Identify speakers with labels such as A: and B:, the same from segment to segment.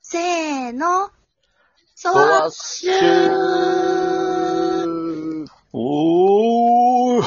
A: せーの。ソ
B: ソワッ
A: ワッシ
B: シュ
A: ュー。
B: おー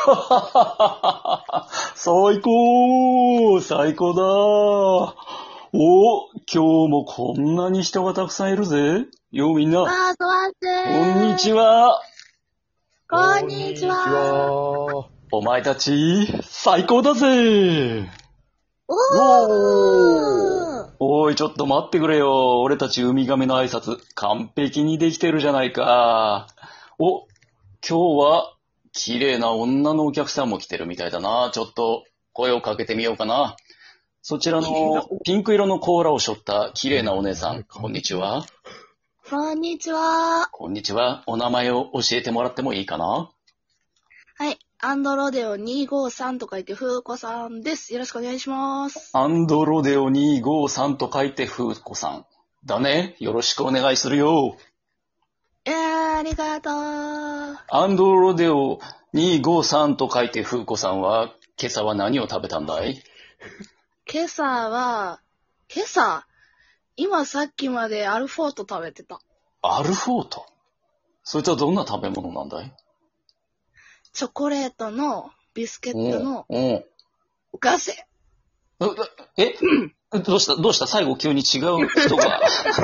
B: 最高最高だお、今日もこんなに人がたくさんいるぜ。よ、みんな。
A: ソワッシュー。
B: こんにちは。
A: こんにちは。
B: お前たち、最高だぜ。
A: おー。
B: おい、ちょっと待ってくれよ。俺たちウミガメの挨拶、完璧にできてるじゃないか。お、今日は、綺麗な女のお客さんも来てるみたいだな。ちょっと、声をかけてみようかな。そちらの、ピンク色の甲羅を背負った綺麗なお姉さん、こんにちは。
A: こんにちは。
B: こんにちは。お名前を教えてもらってもいいかな？
A: はい。アンドロデオ253と書いて、ふうこさんです。よろしくお願いします。
B: アンドロデオ253と書いて、ふうこさん。だね。よろしくお願いするよ。
A: ありがとう。
B: アンドロデオ253と書いて、ふうこさんは、今朝は何を食べたんだい？
A: 今朝、今さっきまでアルフォート食べてた。
B: アルフォート？そいつはどんな食べ物なんだい？
A: チョコレートのビスケットのお菓子。
B: え、どうした最後急に違う人が。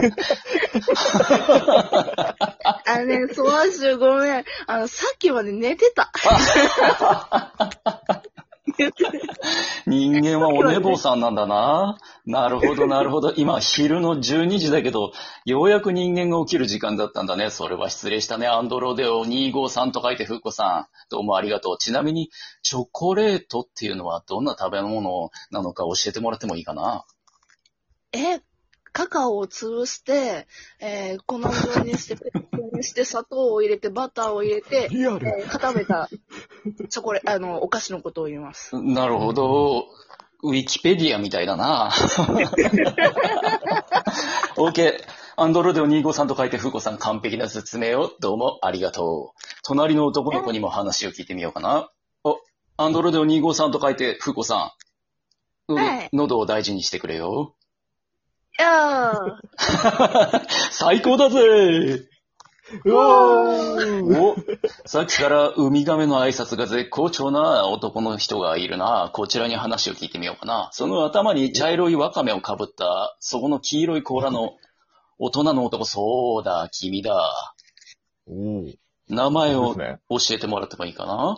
A: ソワッシュごめん。さっきまで寝てた。
B: 人間はお寝坊さんなんだな。なるほど、なるほど。今、昼の12時だけど、ようやく人間が起きる時間だったんだね。それは失礼したね。アンドロデオ253と書いて、ふっこさん。どうもありがとう。ちなみに、チョコレートっていうのはどんな食べ物なのか教えてもらってもいいかな？
A: カカオを潰して、粉状にして、砂糖を入れて、バターを入れて、固めたチョコレお菓子のことを言います。
B: なるほど。ウィキペディアみたいだな。OK。アンドロデオ253と書いて、ふうこさん完璧な説明をどうもありがとう。隣の男の子にも話を聞いてみようかな。アンドロデオ253と書いて、ふうこさん。喉を大事にしてくれよ。最高だぜ。さっきからウミガメの挨拶が絶好調な男の人がいるな。こちらに話を聞いてみようかな。その頭に茶色いワカメをかぶった、そこの黄色い甲羅の大人の男、そうだ、君だ。名前を教えてもらってもいいかな？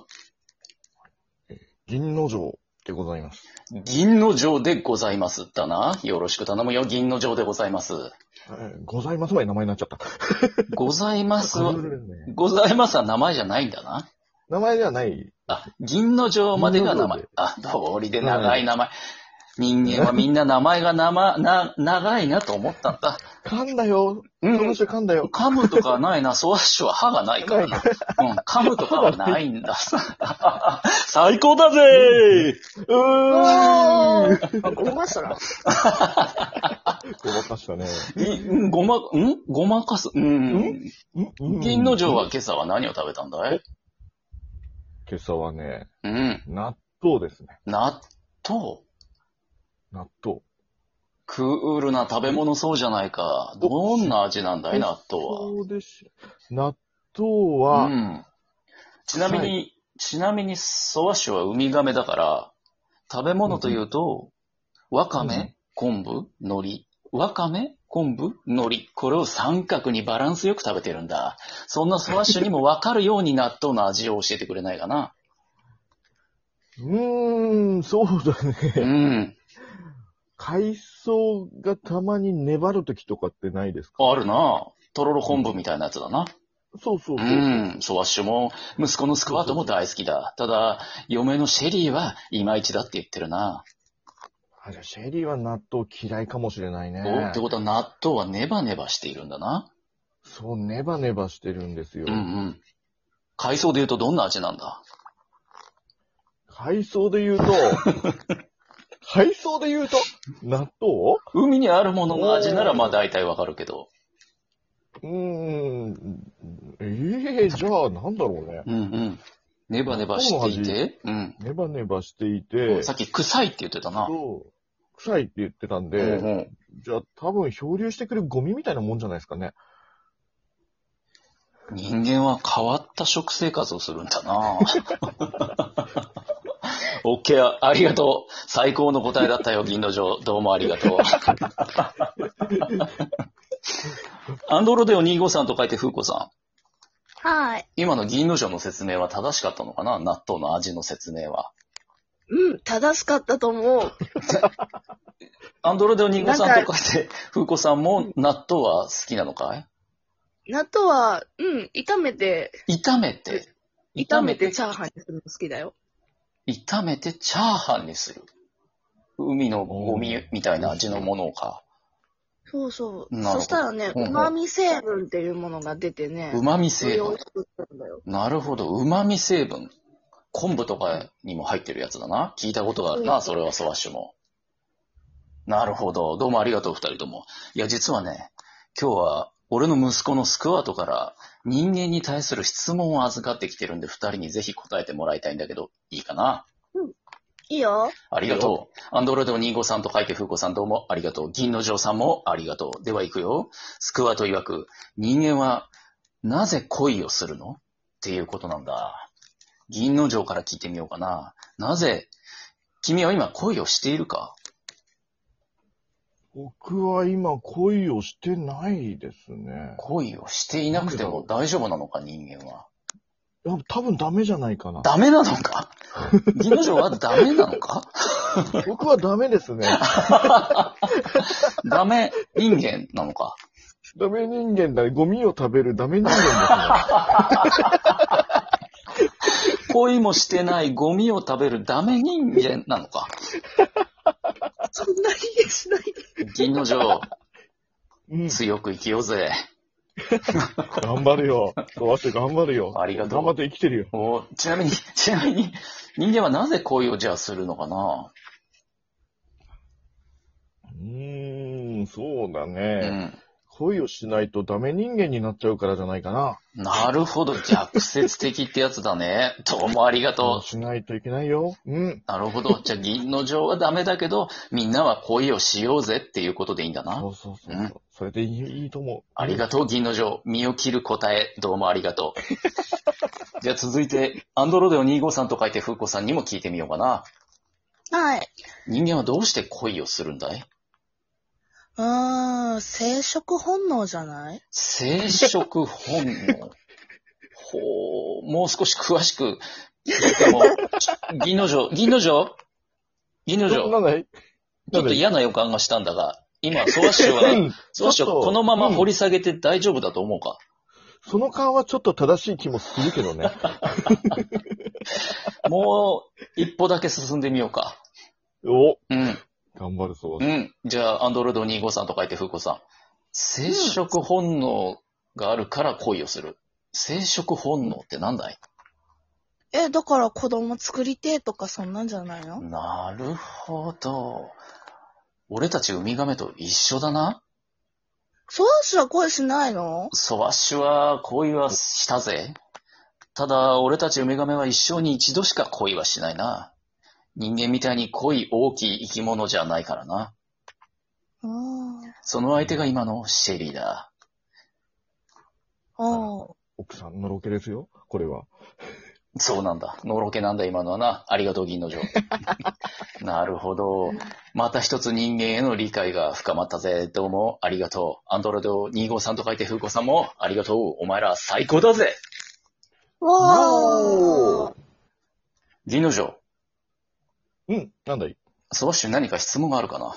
C: 銀之丞でございます。
B: 銀之丞でございますだな。よろしく頼むよ、銀之丞でございます。
C: ございますまで名前になっちゃった。
B: ございますは、ございますは名前じゃないんだな。
C: 名前ではない。
B: 銀之丞までが名前。通りで長い名前。人間はみんな名前が長いなと思ったんだ。
C: 噛んだよ。噛んだよ。
B: 噛むとかないな。ソワッシュは歯がないからな。噛むとかはないんだ。最高だぜ
A: ごましたな。
C: ごまかしたね。
B: ごまかす。銀之丞は今朝は何を食べたんだい？
C: 今朝はね、納豆ですね。
B: 納豆？
C: 納豆。
B: クールな食べ物そうじゃないか。どんな味なんだい、納豆は。
C: そうです。納豆は、
B: ちなみに、ソワッシュはウミガメだから、食べ物というと、わかめ、昆布、海苔。わかめ、昆布、海苔。これを三角にバランスよく食べてるんだ。そんなソワッシュにもわかるように納豆の味を教えてくれないかな。
C: そうだね。海藻がたまに粘るときとかってないですか？
B: あるな。とろろ昆布みたいなやつだな。
C: そう。ソワ
B: ッシュも、息子のスクワットも大好きだ。ただ、嫁のシェリーはいまいちだって言ってるな。
C: じゃあシェリーは納豆嫌いかもしれないね。
B: ってことは納豆はネバネバしているんだな。
C: そう、ネバネバしてるんですよ。
B: 海藻で言うとどんな味なんだ？
C: 海藻で言うと、納豆？
B: 海にあるものの味ならまあ大体わかるけど。
C: じゃあなんだろうね。
B: ネバネバしていて。
C: ネバネバしていて。
B: さっき臭いって言ってたな。
C: 臭いって言ってたんで、 じゃあ多分漂流してくるゴミみたいなもんじゃないですかね。
B: 人間は変わった食生活をするんだな。オッケー、ありがとう。最高の答えだったよ、銀の城。どうもありがとう。アンドロデオ253と書いて、風子さん。
A: はい。
B: 今の銀の城の説明は正しかったのかな？納豆の味の説明は。
A: うん、正しかったと思う。
B: アンドロデオ253と書いて、風子さんも納豆は好きなのかい？
A: 納豆は、炒めて
B: 炒めて
A: チャーハンにするの好きだよ。
B: 炒めてチャーハンにする。海のゴミみたいな味のものか。
A: そうそう。
B: なるほど
A: そしたらね、
B: うんうん
A: 旨味成分っていうものが出てね。
B: 旨味成分
A: それを。作ったんだよ。
B: なるほど。旨味成分。昆布とかにも入ってるやつだな。聞いたことがあるな、それはソワッシュも。なるほど。どうもありがとう、二人とも。いや、実はね、今日は俺の息子のスクワートから人間に対する質問を預かってきてるんで、二人にぜひ答えてもらいたいんだけど、いいかな？
A: いいよ。
B: ありがとう。アンドロイド253と書いて、風子さんどうもありがとう。銀の城さんもありがとう。では行くよ。スクワート曰く、人間はなぜ恋をするの？っていうことなんだ。銀の城から聞いてみようかな。なぜ、君は今恋をしているか？
C: 僕は今恋をしてないですね。
B: 恋をしていなくても大丈夫なのか、人間は。
C: いや、多分ダメじゃないかな。
B: ダメなのか？銀の城はダメなのか？
C: 僕はダメですね。
B: ダメ人間なのか？
C: ダメ人間だ。ゴミを食べるダメ人間ですね。
B: 恋もしてないゴミを食べるダメ人間なのか？
A: そんなにしないで。
B: 銀の城、
C: うん、
B: 強く生きようぜ。
C: 頑張るよ。飛ばして頑張るよ。
B: ありがとう。
C: 頑張って生きてるよ。
B: ちなみに、人間はなぜ恋をじゃあするのかな？
C: そうだ
B: う
C: ね。
B: ん。
C: 恋をしないとダメ人間になっちゃうからじゃないかな。
B: なるほど、逆説的ってやつだね。どうもありがと
C: しないといけないよ。
B: う。なるほど。じゃあ銀の城はダメだけど、みんなは恋をしようぜっていうことでいいんだな。
C: そうそうそう。
B: うん
C: それでいいと思う。
B: ありがとう、銀の城。身を切る答え、どうもありがとう。じゃあ続いて、アンドロデオ253と書いて、風子さんにも聞いてみようかな。
A: はい。
B: 人間はどうして恋をするんだい？
A: 生殖本能じゃない？
B: 生殖本能。もう少し詳しく、銀の城
C: なんだい
B: ちょっと嫌な予感がしたんだが、今、ソワッシュは、このまま掘り下げて大丈夫だと思うか？
C: その感はちょっと正しい気もするけどね。
B: もう、一歩だけ進んでみようか。
C: お、
B: うん。
C: 頑張るそう。
B: じゃあ、アンドロイド253と書いて、風子さん。生殖本能があるから恋をする。生殖本能ってなんだい？
A: だから子供作りてえとかそんなんじゃないの？
B: なるほど。俺たちウミガメと一緒だな。
A: ソワッシュは恋しないの？
B: ソワッシュは恋はしたぜ。ただ、俺たちウミガメは一生に一度しか恋はしないな。人間みたいに恋大きい生き物じゃないからな。その相手が今のシェリーだ。
C: 奥さんのロケですよ、これは。
B: そうなんだ。のろけなんだ、今のはな。ありがとう、銀の城。なるほど。また一つ人間への理解が深まったぜ。どうもありがとう。アンドロイド253と書いて、風子さんもありがとう。お前ら最高だぜ。
A: わー。
B: 銀の城。
C: なんだい？
B: ソワッシュ何か質問があるかな？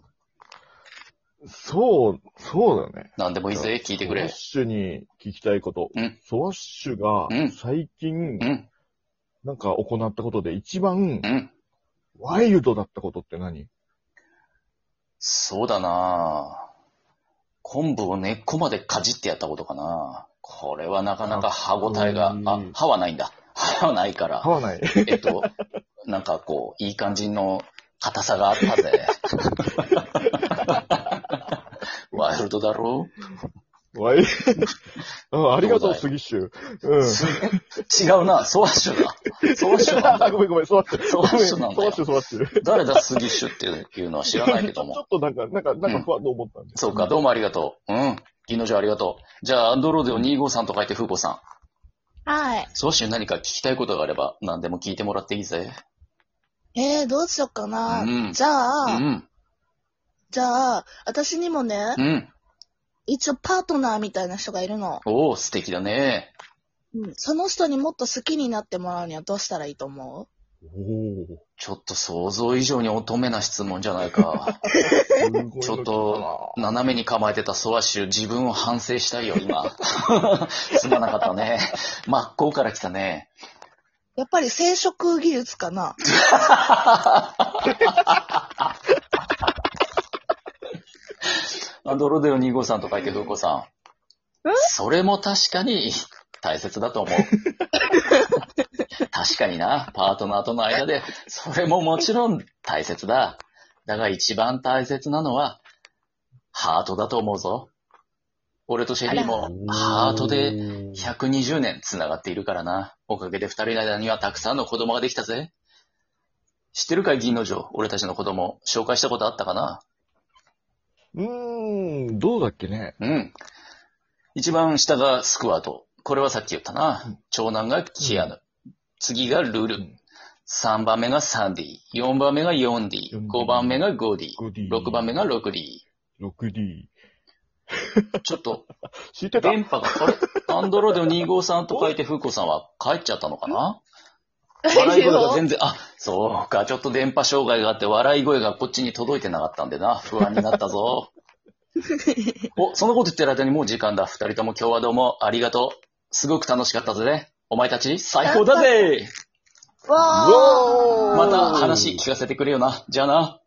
C: そうだね。
B: 何でもいいぜ、聞いてくれ。
C: ソワッシュに聞きたいこと。ソワッシュが最近、なんか行ったことで一番、ワイルドだったことって何？
B: そうだなぁ。昆布を根っこまでかじってやったことかな。これはなかなか歯応えが、歯はないんだ。歯はないから。
C: 歯はない。
B: なんかこう、いい感じの硬さがあったぜ。ワイルドだろう？
C: ありがとう、杉ッシュ。
B: 違うな、ソワッシュだ。 ソワッシュなんだ。
C: ごめん、ソワッシュ。
B: ソワッシュなんだよ。
C: ソワッシュ。
B: 誰だ、スギッシュっていうのは知らないけども。
C: ちょっとなんかふわっと思ったんで。
B: そうか、どうもありがとう。銀の城ありがとう。じゃあ、アンドロデオ253と書いて、フーコさん。
A: はい。
B: ソワッシュ何か聞きたいことがあれば、何でも聞いてもらっていいぜ。
A: どうしよっかな。じゃあ、私にもね、一応パートナーみたいな人がいるの。
B: おー、素敵だね。
A: その人にもっと好きになってもらうにはどうしたらいいと思う？
B: ちょっと想像以上に乙女な質問じゃないか。ちょっと、斜めに構えてたソワッシュ、自分を反省したいよ、今。すまなかったね。真っ向から来たね。
A: やっぱり生殖技術かな。
B: アンドロデオ253と書いて、フーコさん。それも確かに大切だと思う。確かにな、パートナーとの間で、それももちろん大切だ。だが一番大切なのは、ハートだと思うぞ。俺とシェリーもハートで120年繋がっているからな。おかげで二人の間にはたくさんの子供ができたぜ。知ってるかい、銀の城。俺たちの子供、紹介したことあったかな？
C: どうだっけね。
B: 一番下がスクワート。これはさっき言ったな。長男がキアヌ。次がルル。3番目がサンディ。4番目がヨンディ。5番目がゴディ。6番目がロクディ。ちょっと、電波が、アンドロデオ253と書いて、フーコさんは帰っちゃったのかな？笑い声が全然、そうか、ちょっと電波障害があって、笑い声がこっちに届いてなかったんでな。不安になったぞ。そのこと言ってる間にもう時間だ。二人とも今日はどうもありがとう。すごく楽しかったぜ。お前たち最高だぜ。また話聞かせてくれよな。じゃあな。